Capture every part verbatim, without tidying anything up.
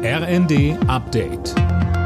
R N D Update.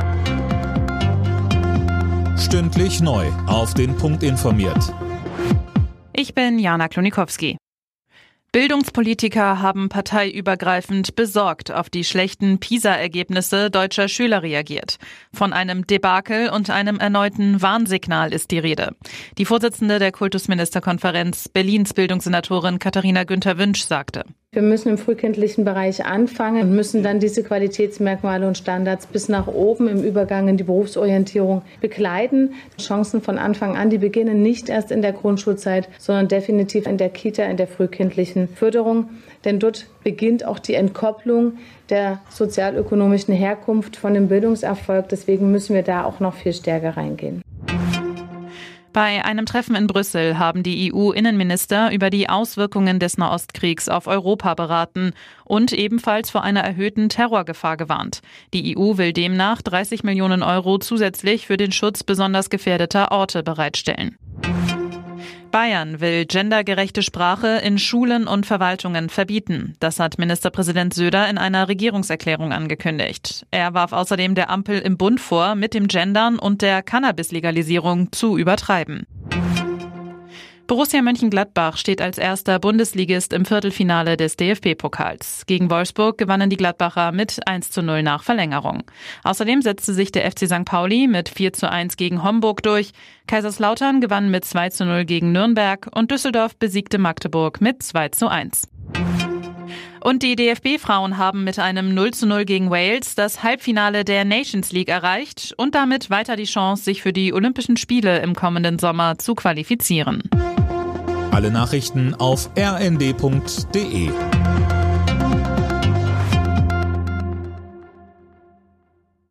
Stündlich neu auf den Punkt informiert. Ich bin Jana Klonikowski. Bildungspolitiker haben parteiübergreifend besorgt auf die schlechten PISA-Ergebnisse deutscher Schüler reagiert. Von einem Debakel und einem erneuten Warnsignal ist die Rede. Die Vorsitzende der Kultusministerkonferenz, Berlins Bildungssenatorin Katharina Günther-Wünsch, sagte: Wir müssen im frühkindlichen Bereich anfangen und müssen dann diese Qualitätsmerkmale und Standards bis nach oben im Übergang in die Berufsorientierung begleiten. Chancen von Anfang an, die beginnen nicht erst in der Grundschulzeit, sondern definitiv in der Kita, in der frühkindlichen Förderung. Denn dort beginnt auch die Entkopplung der sozialökonomischen Herkunft von dem Bildungserfolg. Deswegen müssen wir da auch noch viel stärker reingehen. Bei einem Treffen in Brüssel haben die E U-Innenminister über die Auswirkungen des Nahostkriegs auf Europa beraten und ebenfalls vor einer erhöhten Terrorgefahr gewarnt. Die E U will demnach dreißig Millionen Euro zusätzlich für den Schutz besonders gefährdeter Orte bereitstellen. Bayern will gendergerechte Sprache in Schulen und Verwaltungen verbieten. Das hat Ministerpräsident Söder in einer Regierungserklärung angekündigt. Er warf außerdem der Ampel im Bund vor, mit dem Gendern und der Cannabis-Legalisierung zu übertreiben. Borussia Mönchengladbach steht als erster Bundesligist im Viertelfinale des D F B-Pokals. Gegen Wolfsburg gewannen die Gladbacher mit eins zu null nach Verlängerung. Außerdem setzte sich der F C Sankt Pauli mit vier zu eins gegen Homburg durch. Kaiserslautern gewann mit zwei zu null gegen Nürnberg und Düsseldorf besiegte Magdeburg mit zwei zu eins. Und die D F B-Frauen haben mit einem null zu null gegen Wales das Halbfinale der Nations League erreicht und damit weiter die Chance, sich für die Olympischen Spiele im kommenden Sommer zu qualifizieren. Alle Nachrichten auf r n d punkt d e.